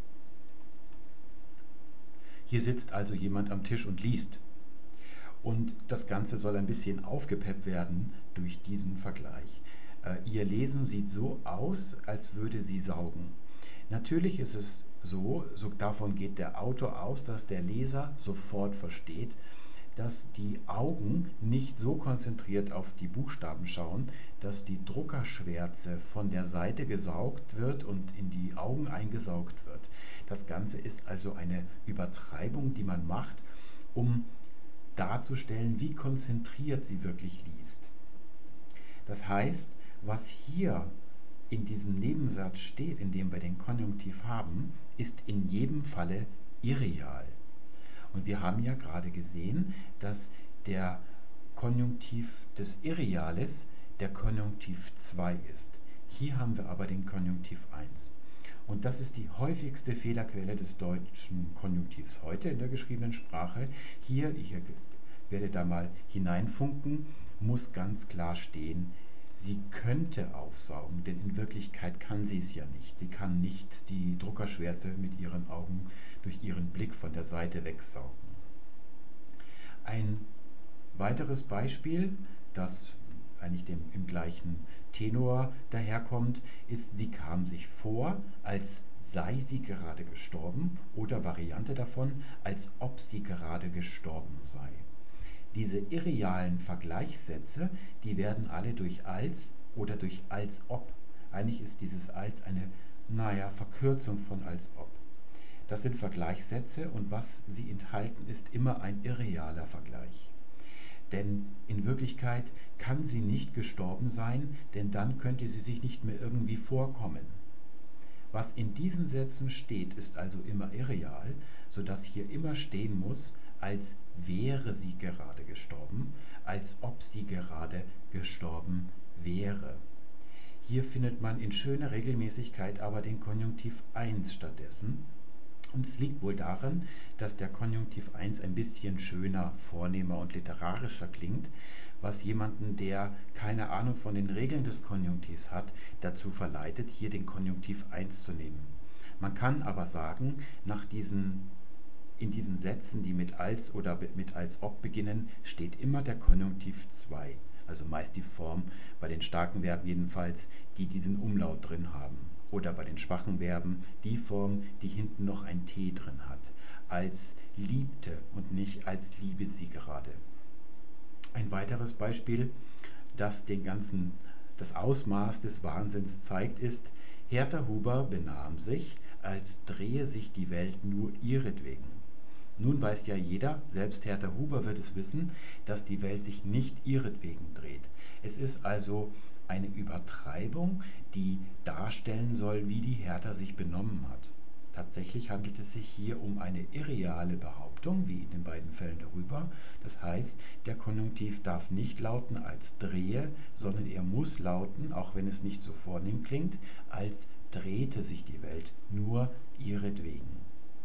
Speaker 1: Hier sitzt also jemand am Tisch und liest. Und das Ganze soll ein bisschen aufgepeppt werden durch diesen Vergleich. Ihr Lesen sieht so aus, als würde sie saugen. Natürlich ist es so davon geht der Autor aus, dass der Leser sofort versteht, dass die Augen nicht so konzentriert auf die Buchstaben schauen, dass die Druckerschwärze von der Seite gesaugt wird und in die Augen eingesaugt wird. Das Ganze ist also eine Übertreibung, die man macht, um darzustellen, wie konzentriert sie wirklich liest. Das heißt, was hier in diesem Nebensatz steht, in dem wir den Konjunktiv haben, ist in jedem Falle irreal. Und wir haben ja gerade gesehen, dass der Konjunktiv des Irreales der Konjunktiv 2 ist. Hier haben wir aber den Konjunktiv 1. Und das ist die häufigste Fehlerquelle des deutschen Konjunktivs heute in der geschriebenen Sprache. Hier, ich werde da mal hineinfunken, muss ganz klar stehen, sie könnte aufsaugen, denn in Wirklichkeit kann sie es ja nicht. Sie kann nicht die Druckerschwärze mit ihren Augen durch ihren Blick von der Seite wegsaugen. Ein weiteres Beispiel, das eigentlich im gleichen Tenor daherkommt, ist: Sie kam sich vor, als sei sie gerade gestorben, oder Variante davon, als ob sie gerade gestorben sei. Diese irrealen Vergleichssätze, die werden alle durch als oder durch als ob. Eigentlich ist dieses als eine, Verkürzung von als ob. Das sind Vergleichssätze, und was sie enthalten, ist immer ein irrealer Vergleich. Denn in Wirklichkeit kann sie nicht gestorben sein, denn dann könnte sie sich nicht mehr irgendwie vorkommen. Was in diesen Sätzen steht, ist also immer irreal, sodass hier immer stehen muss, als wäre sie gerade gestorben, als ob sie gerade gestorben wäre. Hier findet man in schöner Regelmäßigkeit aber den Konjunktiv 1 stattdessen. Und es liegt wohl daran, dass der Konjunktiv 1 ein bisschen schöner, vornehmer und literarischer klingt, was jemanden, der keine Ahnung von den Regeln des Konjunktivs hat, dazu verleitet, hier den Konjunktiv 1 zu nehmen. Man kann aber sagen, in diesen Sätzen, die mit als oder mit als ob beginnen, steht immer der Konjunktiv 2. Also meist die Form, bei den starken Verben jedenfalls, die diesen Umlaut drin haben. Oder bei den schwachen Verben die Form, die hinten noch ein T drin hat. Als liebte und nicht als liebe sie gerade. Ein weiteres Beispiel, das das Ausmaß des Wahnsinns zeigt, ist: Hertha Huber benahm sich, als drehe sich die Welt nur ihretwegen. Nun weiß ja jeder, selbst Hertha Huber wird es wissen, dass die Welt sich nicht ihretwegen dreht. Es ist also eine Übertreibung, die darstellen soll, wie die Hertha sich benommen hat. Tatsächlich handelt es sich hier um eine irreale Behauptung, wie in den beiden Fällen darüber. Das heißt, der Konjunktiv darf nicht lauten als drehe, sondern er muss lauten, auch wenn es nicht so vornehm klingt, als drehte sich die Welt nur ihretwegen.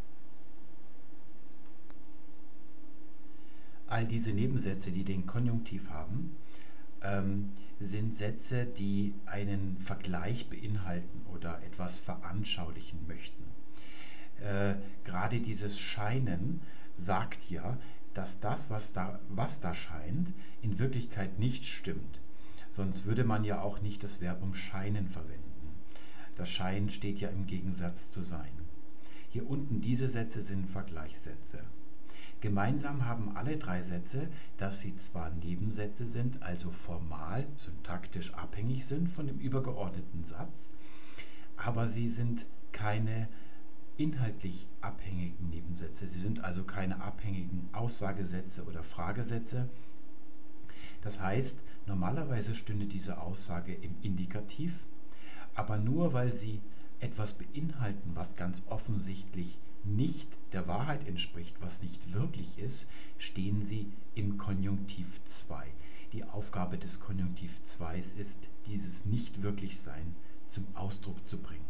Speaker 1: All diese Nebensätze, die den Konjunktiv haben, sind Sätze, die einen Vergleich beinhalten oder etwas veranschaulichen möchten. Gerade dieses Scheinen sagt ja, dass das, was da scheint, in Wirklichkeit nicht stimmt. Sonst würde man ja auch nicht das Verbum scheinen verwenden. Das Scheinen steht ja im Gegensatz zu sein. Hier unten diese Sätze sind Vergleichssätze. Gemeinsam haben alle drei Sätze, dass sie zwar Nebensätze sind, also formal, syntaktisch abhängig sind von dem übergeordneten Satz, aber sie sind keine inhaltlich abhängigen Nebensätze. Sie sind also keine abhängigen Aussagesätze oder Fragesätze. Das heißt, normalerweise stünde diese Aussage im Indikativ, aber nur weil sie etwas beinhalten, was ganz offensichtlich nicht der Wahrheit entspricht, was nicht wirklich ist, stehen sie im Konjunktiv 2. Die Aufgabe des Konjunktiv 2 ist, dieses Nicht-Wirklich-Sein zum Ausdruck zu bringen.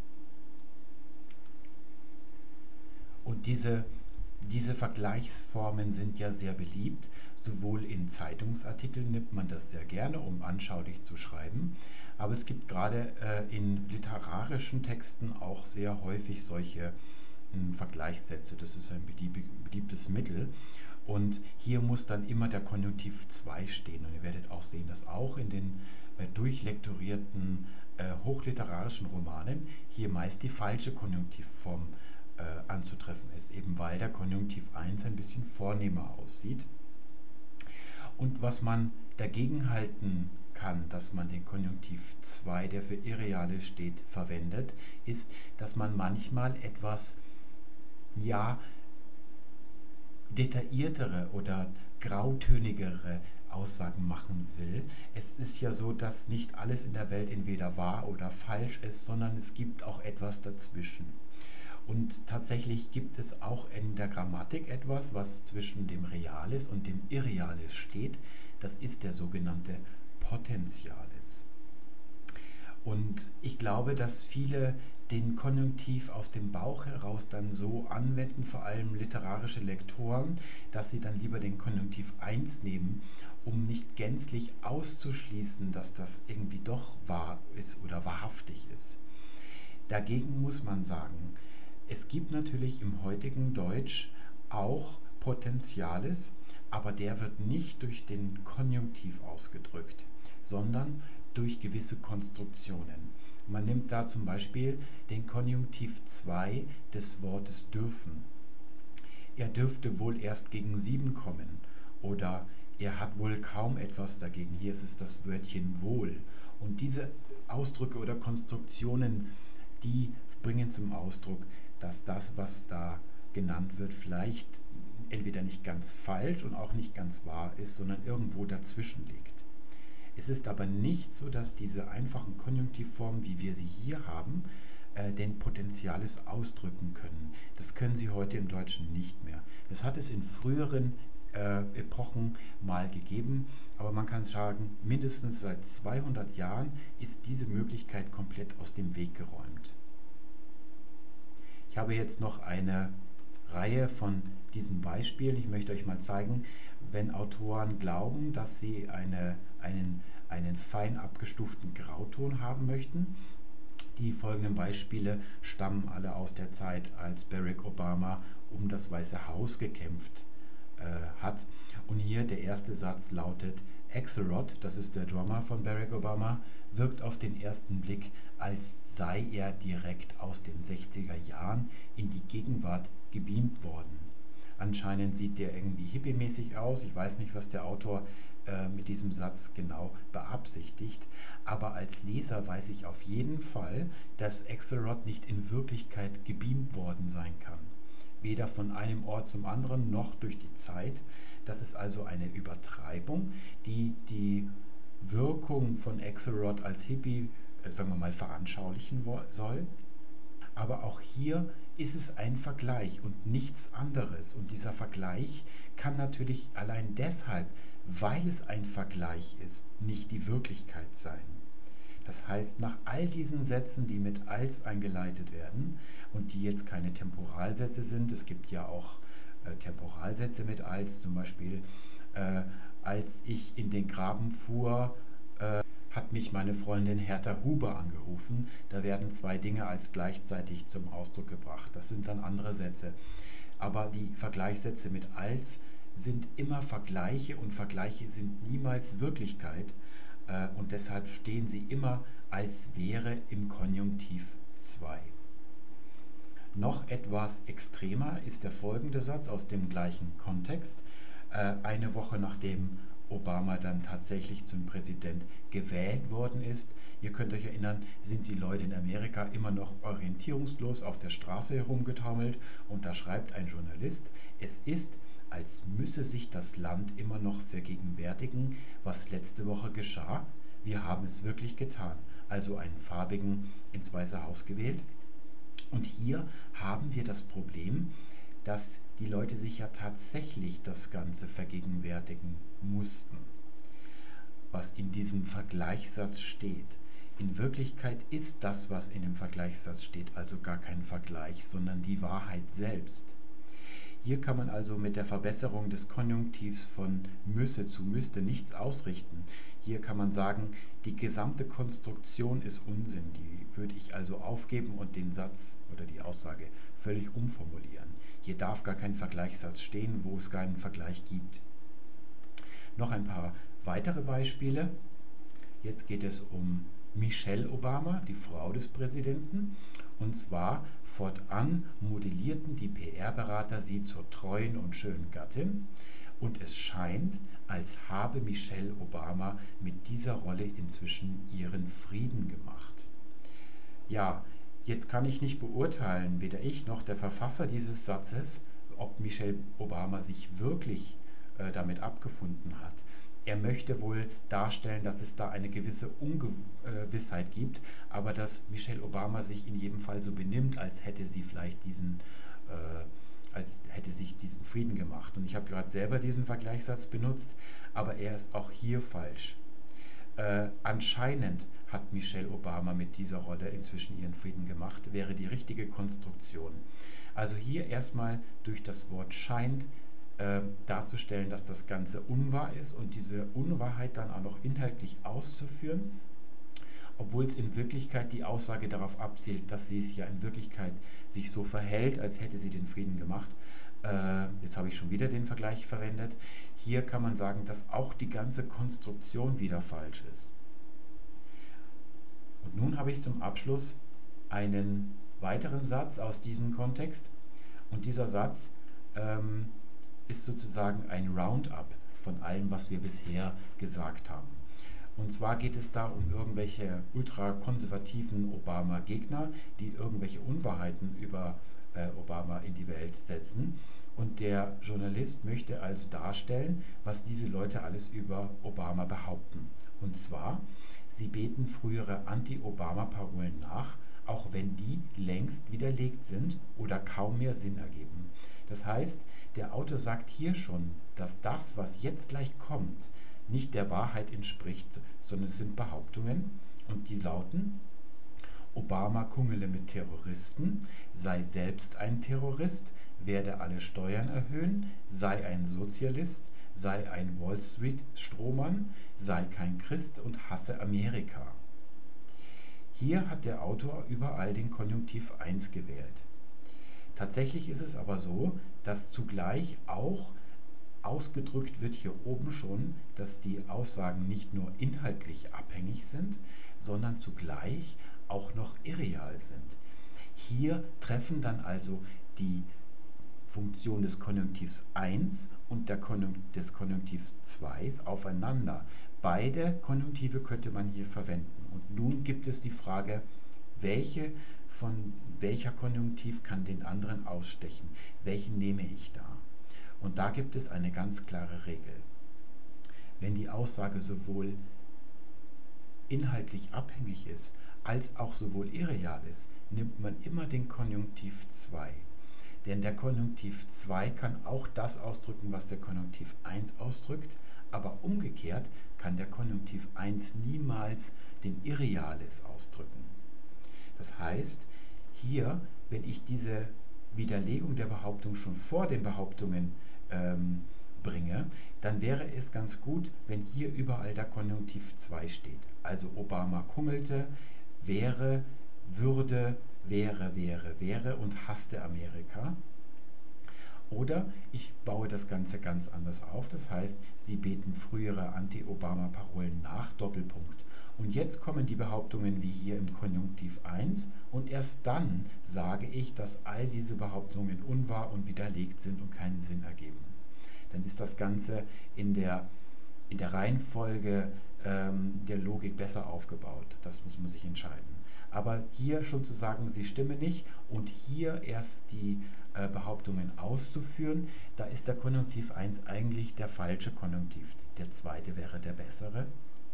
Speaker 1: Und diese Vergleichsformen sind ja sehr beliebt. Sowohl in Zeitungsartikeln nimmt man das sehr gerne, um anschaulich zu schreiben, aber es gibt gerade in literarischen Texten auch sehr häufig solche Vergleichssätze. Das ist ein beliebtes Mittel. Und hier muss dann immer der Konjunktiv 2 stehen. Und ihr werdet auch sehen, dass auch in den durchlektorierten hochliterarischen Romanen hier meist die falsche Konjunktivform anzutreffen ist, eben weil der Konjunktiv 1 ein bisschen vornehmer aussieht. Und was man dagegen halten kann, dass man den Konjunktiv 2, der für Irreale steht, verwendet, ist, dass man manchmal etwas detailliertere oder grautönigere Aussagen machen will. Es ist ja so, dass nicht alles in der Welt entweder wahr oder falsch ist, sondern es gibt auch etwas dazwischen. Und tatsächlich gibt es auch in der Grammatik etwas, was zwischen dem Reales und dem Irreales steht. Das ist der sogenannte Potentialis. Und ich glaube, dass viele den Konjunktiv aus dem Bauch heraus dann so anwenden, vor allem literarische Lektoren, dass sie dann lieber den Konjunktiv 1 nehmen, um nicht gänzlich auszuschließen, dass das irgendwie doch wahr ist oder wahrhaftig ist. Dagegen muss man sagen, es gibt natürlich im heutigen Deutsch auch Potentialis, aber der wird nicht durch den Konjunktiv ausgedrückt, sondern durch gewisse Konstruktionen. Man nimmt da zum Beispiel den Konjunktiv 2 des Wortes dürfen. Er dürfte wohl erst gegen 7 kommen oder er hat wohl kaum etwas dagegen. Hier ist es das Wörtchen wohl. Und diese Ausdrücke oder Konstruktionen, die bringen zum Ausdruck, dass das, was da genannt wird, vielleicht entweder nicht ganz falsch und auch nicht ganz wahr ist, sondern irgendwo dazwischen liegt. Es ist aber nicht so, dass diese einfachen Konjunktivformen, wie wir sie hier haben, den Potentialis ausdrücken können. Das können sie heute im Deutschen nicht mehr. Das hat es in früheren Epochen mal gegeben, aber man kann sagen, mindestens seit 200 Jahren ist diese Möglichkeit komplett aus dem Weg geräumt. Ich habe jetzt noch eine Reihe von diesen Beispielen. Ich möchte euch mal zeigen, wenn Autoren glauben, dass sie einen fein abgestuften Grauton haben möchten. Die folgenden Beispiele stammen alle aus der Zeit, als Barack Obama um das Weiße Haus gekämpft hat. Und hier der erste Satz lautet: Axelrod, das ist der Drummer von Barack Obama, wirkt auf den ersten Blick, als sei er direkt aus den 60er Jahren in die Gegenwart gebeamt worden. Anscheinend sieht der irgendwie hippiemäßig aus. Ich weiß nicht, was der Autor mit diesem Satz genau beabsichtigt, aber als Leser weiß ich auf jeden Fall, dass Axelrod nicht in Wirklichkeit gebeamt worden sein kann. Weder von einem Ort zum anderen noch durch die Zeit. Das ist also eine Übertreibung, die die Wirkung von Axelrod als Hippie, sagen wir mal, veranschaulichen soll. Aber auch hier ist es ein Vergleich und nichts anderes. Und dieser Vergleich kann natürlich allein deshalb, weil es ein Vergleich ist, nicht die Wirklichkeit sein. Das heißt, nach all diesen Sätzen, die mit als eingeleitet werden und die jetzt keine Temporalsätze sind, es gibt ja auch Temporalsätze mit als, zum Beispiel, als ich in den Graben fuhr, hat mich meine Freundin Hertha Huber angerufen. Da werden zwei Dinge als gleichzeitig zum Ausdruck gebracht. Das sind dann andere Sätze. Aber die Vergleichssätze mit als sind immer Vergleiche und Vergleiche sind niemals Wirklichkeit. Und deshalb stehen sie immer als wäre im Konjunktiv 2. Noch etwas extremer ist der folgende Satz aus dem gleichen Kontext. Eine Woche nachdem Obama dann tatsächlich zum Präsident gewählt worden ist. Ihr könnt euch erinnern, sind die Leute in Amerika immer noch orientierungslos auf der Straße herumgetaumelt und da schreibt ein Journalist, es ist, als müsse sich das Land immer noch vergegenwärtigen, was letzte Woche geschah. Wir haben es wirklich getan. Also einen Farbigen ins Weiße Haus gewählt. Und hier haben wir das Problem, dass die Leute sich ja tatsächlich das Ganze vergegenwärtigen mussten, was in diesem Vergleichssatz steht. In Wirklichkeit ist das, was in dem Vergleichssatz steht, also gar kein Vergleich, sondern die Wahrheit selbst. Hier kann man also mit der Verbesserung des Konjunktivs von müsse zu müsste nichts ausrichten. Hier kann man sagen, die gesamte Konstruktion ist Unsinn. Die würde ich also aufgeben und den Satz oder die Aussage völlig umformulieren. Hier darf gar kein Vergleichssatz stehen, wo es keinen Vergleich gibt. Noch ein paar weitere Beispiele. Jetzt geht es um Michelle Obama, die Frau des Präsidenten. Und zwar fortan modellierten die PR-Berater sie zur treuen und schönen Gattin. Und es scheint, als habe Michelle Obama mit dieser Rolle inzwischen ihren Frieden gemacht. Ja, jetzt kann ich nicht beurteilen, weder ich noch der Verfasser dieses Satzes, ob Michelle Obama sich wirklich damit abgefunden hat. Er möchte wohl darstellen, dass es da eine gewisse Ungewissheit gibt, aber dass Michelle Obama sich in jedem Fall so benimmt, als hätte sie vielleicht als hätte sich diesen Frieden gemacht. Und ich habe gerade selber diesen Vergleichssatz benutzt, aber er ist auch hier falsch. Anscheinend hat Michelle Obama mit dieser Rolle inzwischen ihren Frieden gemacht, wäre die richtige Konstruktion. Also hier erstmal durch das Wort scheint darzustellen, dass das Ganze unwahr ist und diese Unwahrheit dann auch noch inhaltlich auszuführen, obwohl es in Wirklichkeit die Aussage darauf abzielt, dass sie es ja in Wirklichkeit sich so verhält, als hätte sie den Frieden gemacht. Jetzt habe ich schon wieder den Vergleich verwendet. Hier kann man sagen, dass auch die ganze Konstruktion wieder falsch ist. Und nun habe ich zum Abschluss einen weiteren Satz aus diesem Kontext. Und dieser Satz ist sozusagen ein Roundup von allem, was wir bisher gesagt haben. Und zwar geht es da um irgendwelche ultrakonservativen Obama-Gegner, die irgendwelche Unwahrheiten über Obama in die Welt setzen. Und der Journalist möchte also darstellen, was diese Leute alles über Obama behaupten. Und zwar, sie beten frühere Anti-Obama-Parolen nach, auch wenn die längst widerlegt sind oder kaum mehr Sinn ergeben. Das heißt, der Autor sagt hier schon, dass das, was jetzt gleich kommt, nicht der Wahrheit entspricht, sondern es sind Behauptungen und die lauten: Obama kungele mit Terroristen, sei selbst ein Terrorist, werde alle Steuern erhöhen, sei ein Sozialist, sei ein Wall Street Strohmann, sei kein Christ und hasse Amerika. Hier hat der Autor überall den Konjunktiv 1 gewählt. Tatsächlich ist es aber so, dass zugleich auch ausgedrückt wird hier oben schon, dass die Aussagen nicht nur inhaltlich abhängig sind, sondern zugleich auch noch irreal sind. Hier treffen dann also die Funktion des Konjunktivs 1 und des Konjunktivs 2 aufeinander. Beide Konjunktive könnte man hier verwenden. Und nun gibt es die Frage, welcher Konjunktiv kann den anderen ausstechen? Welchen nehme ich da? Und da gibt es eine ganz klare Regel. Wenn die Aussage sowohl inhaltlich abhängig ist, als auch sowohl irreal ist, nimmt man immer den Konjunktiv 2. Denn der Konjunktiv 2 kann auch das ausdrücken, was der Konjunktiv 1 ausdrückt, aber umgekehrt kann der Konjunktiv 1 niemals den Irreales ausdrücken. Das heißt, hier, wenn ich diese Widerlegung der Behauptung schon vor den Behauptungen bringe, dann wäre es ganz gut, wenn hier überall der Konjunktiv 2 steht. Also Obama kungelte, wäre, würde, wäre und hasste Amerika. Oder ich baue das Ganze ganz anders auf, das heißt, sie beten frühere Anti-Obama-Parolen nach, Doppelpunkt. Und jetzt kommen die Behauptungen wie hier im Konjunktiv 1 und erst dann sage ich, dass all diese Behauptungen unwahr und widerlegt sind und keinen Sinn ergeben. Dann ist das Ganze in der Reihenfolge der Logik besser aufgebaut. Das muss man sich entscheiden. Aber hier schon zu sagen, sie stimmen nicht und hier erst die Behauptungen auszuführen, da ist der Konjunktiv 1 eigentlich der falsche Konjunktiv. Der zweite wäre der bessere.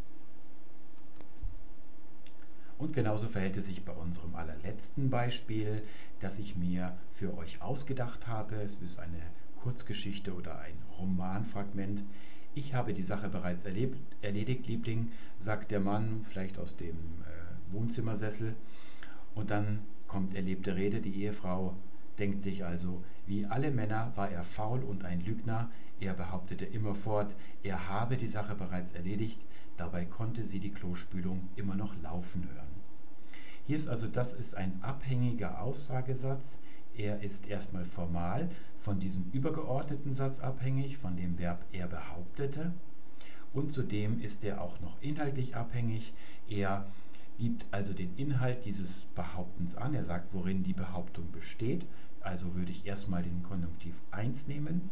Speaker 1: Und genauso verhält es sich bei unserem allerletzten Beispiel, das ich mir für euch ausgedacht habe. Es ist eine Kurzgeschichte oder ein Romanfragment. Ich habe die Sache bereits erledigt, Liebling, sagt der Mann, vielleicht aus dem Wohnzimmersessel. Und dann kommt erlebte Rede, die Ehefrau denkt sich also, wie alle Männer war er faul und ein Lügner. Er behauptete immerfort, er habe die Sache bereits erledigt. Dabei konnte sie die Klospülung immer noch laufen hören. Hier ist also, das ist ein abhängiger Aussagesatz. Er ist erstmal formal von diesem übergeordneten Satz abhängig, von dem Verb er behauptete. Und zudem ist er auch noch inhaltlich abhängig. Er gibt also den Inhalt dieses Behauptens an. Er sagt, worin die Behauptung besteht. Also würde ich erstmal den Konjunktiv 1 nehmen.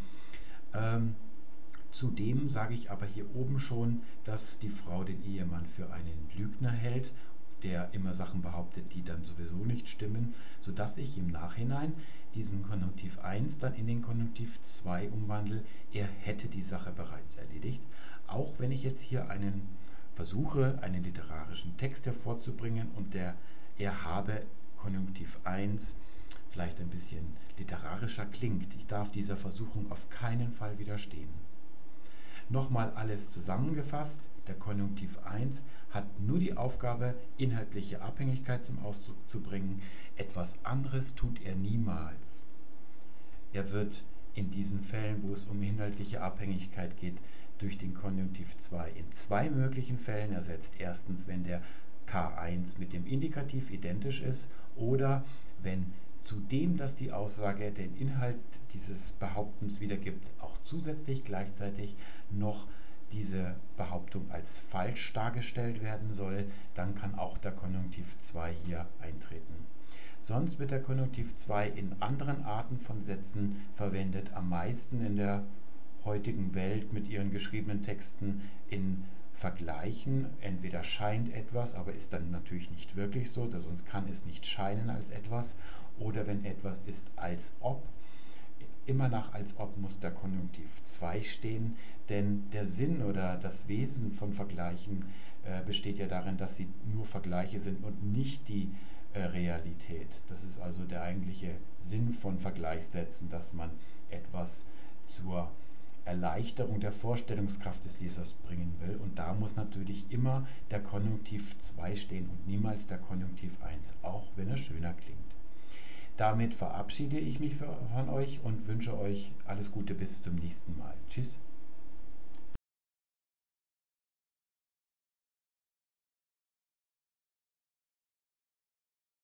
Speaker 1: Zudem sage ich aber hier oben schon, dass die Frau den Ehemann für einen Lügner hält, der immer Sachen behauptet, die dann sowieso nicht stimmen, sodass ich im Nachhinein diesen Konjunktiv 1 dann in den Konjunktiv 2 umwandle. Er hätte die Sache bereits erledigt. Auch wenn ich jetzt hier versuche, einen literarischen Text hervorzubringen und er habe Konjunktiv 1 vielleicht ein bisschen literarischer klingt. Ich darf dieser Versuchung auf keinen Fall widerstehen. Nochmal alles zusammengefasst, der Konjunktiv 1 hat nur die Aufgabe, inhaltliche Abhängigkeit zum Ausdruck zu bringen. Etwas anderes tut er niemals. Er wird in diesen Fällen, wo es um inhaltliche Abhängigkeit geht, durch den Konjunktiv 2 in zwei möglichen Fällen ersetzt. Erstens, wenn der K1 mit dem Indikativ identisch ist oder wenn zudem, dass die Aussage den Inhalt dieses Behauptens wiedergibt, auch zusätzlich gleichzeitig noch diese Behauptung als falsch dargestellt werden soll, dann kann auch der Konjunktiv 2 hier eintreten. Sonst wird der Konjunktiv 2 in anderen Arten von Sätzen verwendet, am meisten in der heutigen Welt mit ihren geschriebenen Texten in Vergleichen. Entweder scheint etwas, aber ist dann natürlich nicht wirklich so, sonst kann es nicht scheinen als etwas, oder wenn etwas ist als ob. Immer nach als ob muss der Konjunktiv 2 stehen, denn der Sinn oder das Wesen von Vergleichen besteht ja darin, dass sie nur Vergleiche sind und nicht die Realität. Das ist also der eigentliche Sinn von Vergleichssätzen, dass man etwas zur Erleichterung der Vorstellungskraft des Lesers bringen will. Und da muss natürlich immer der Konjunktiv 2 stehen und niemals der Konjunktiv 1, auch wenn er schöner klingt. Damit verabschiede ich mich von euch und wünsche euch alles Gute bis zum nächsten Mal. Tschüss.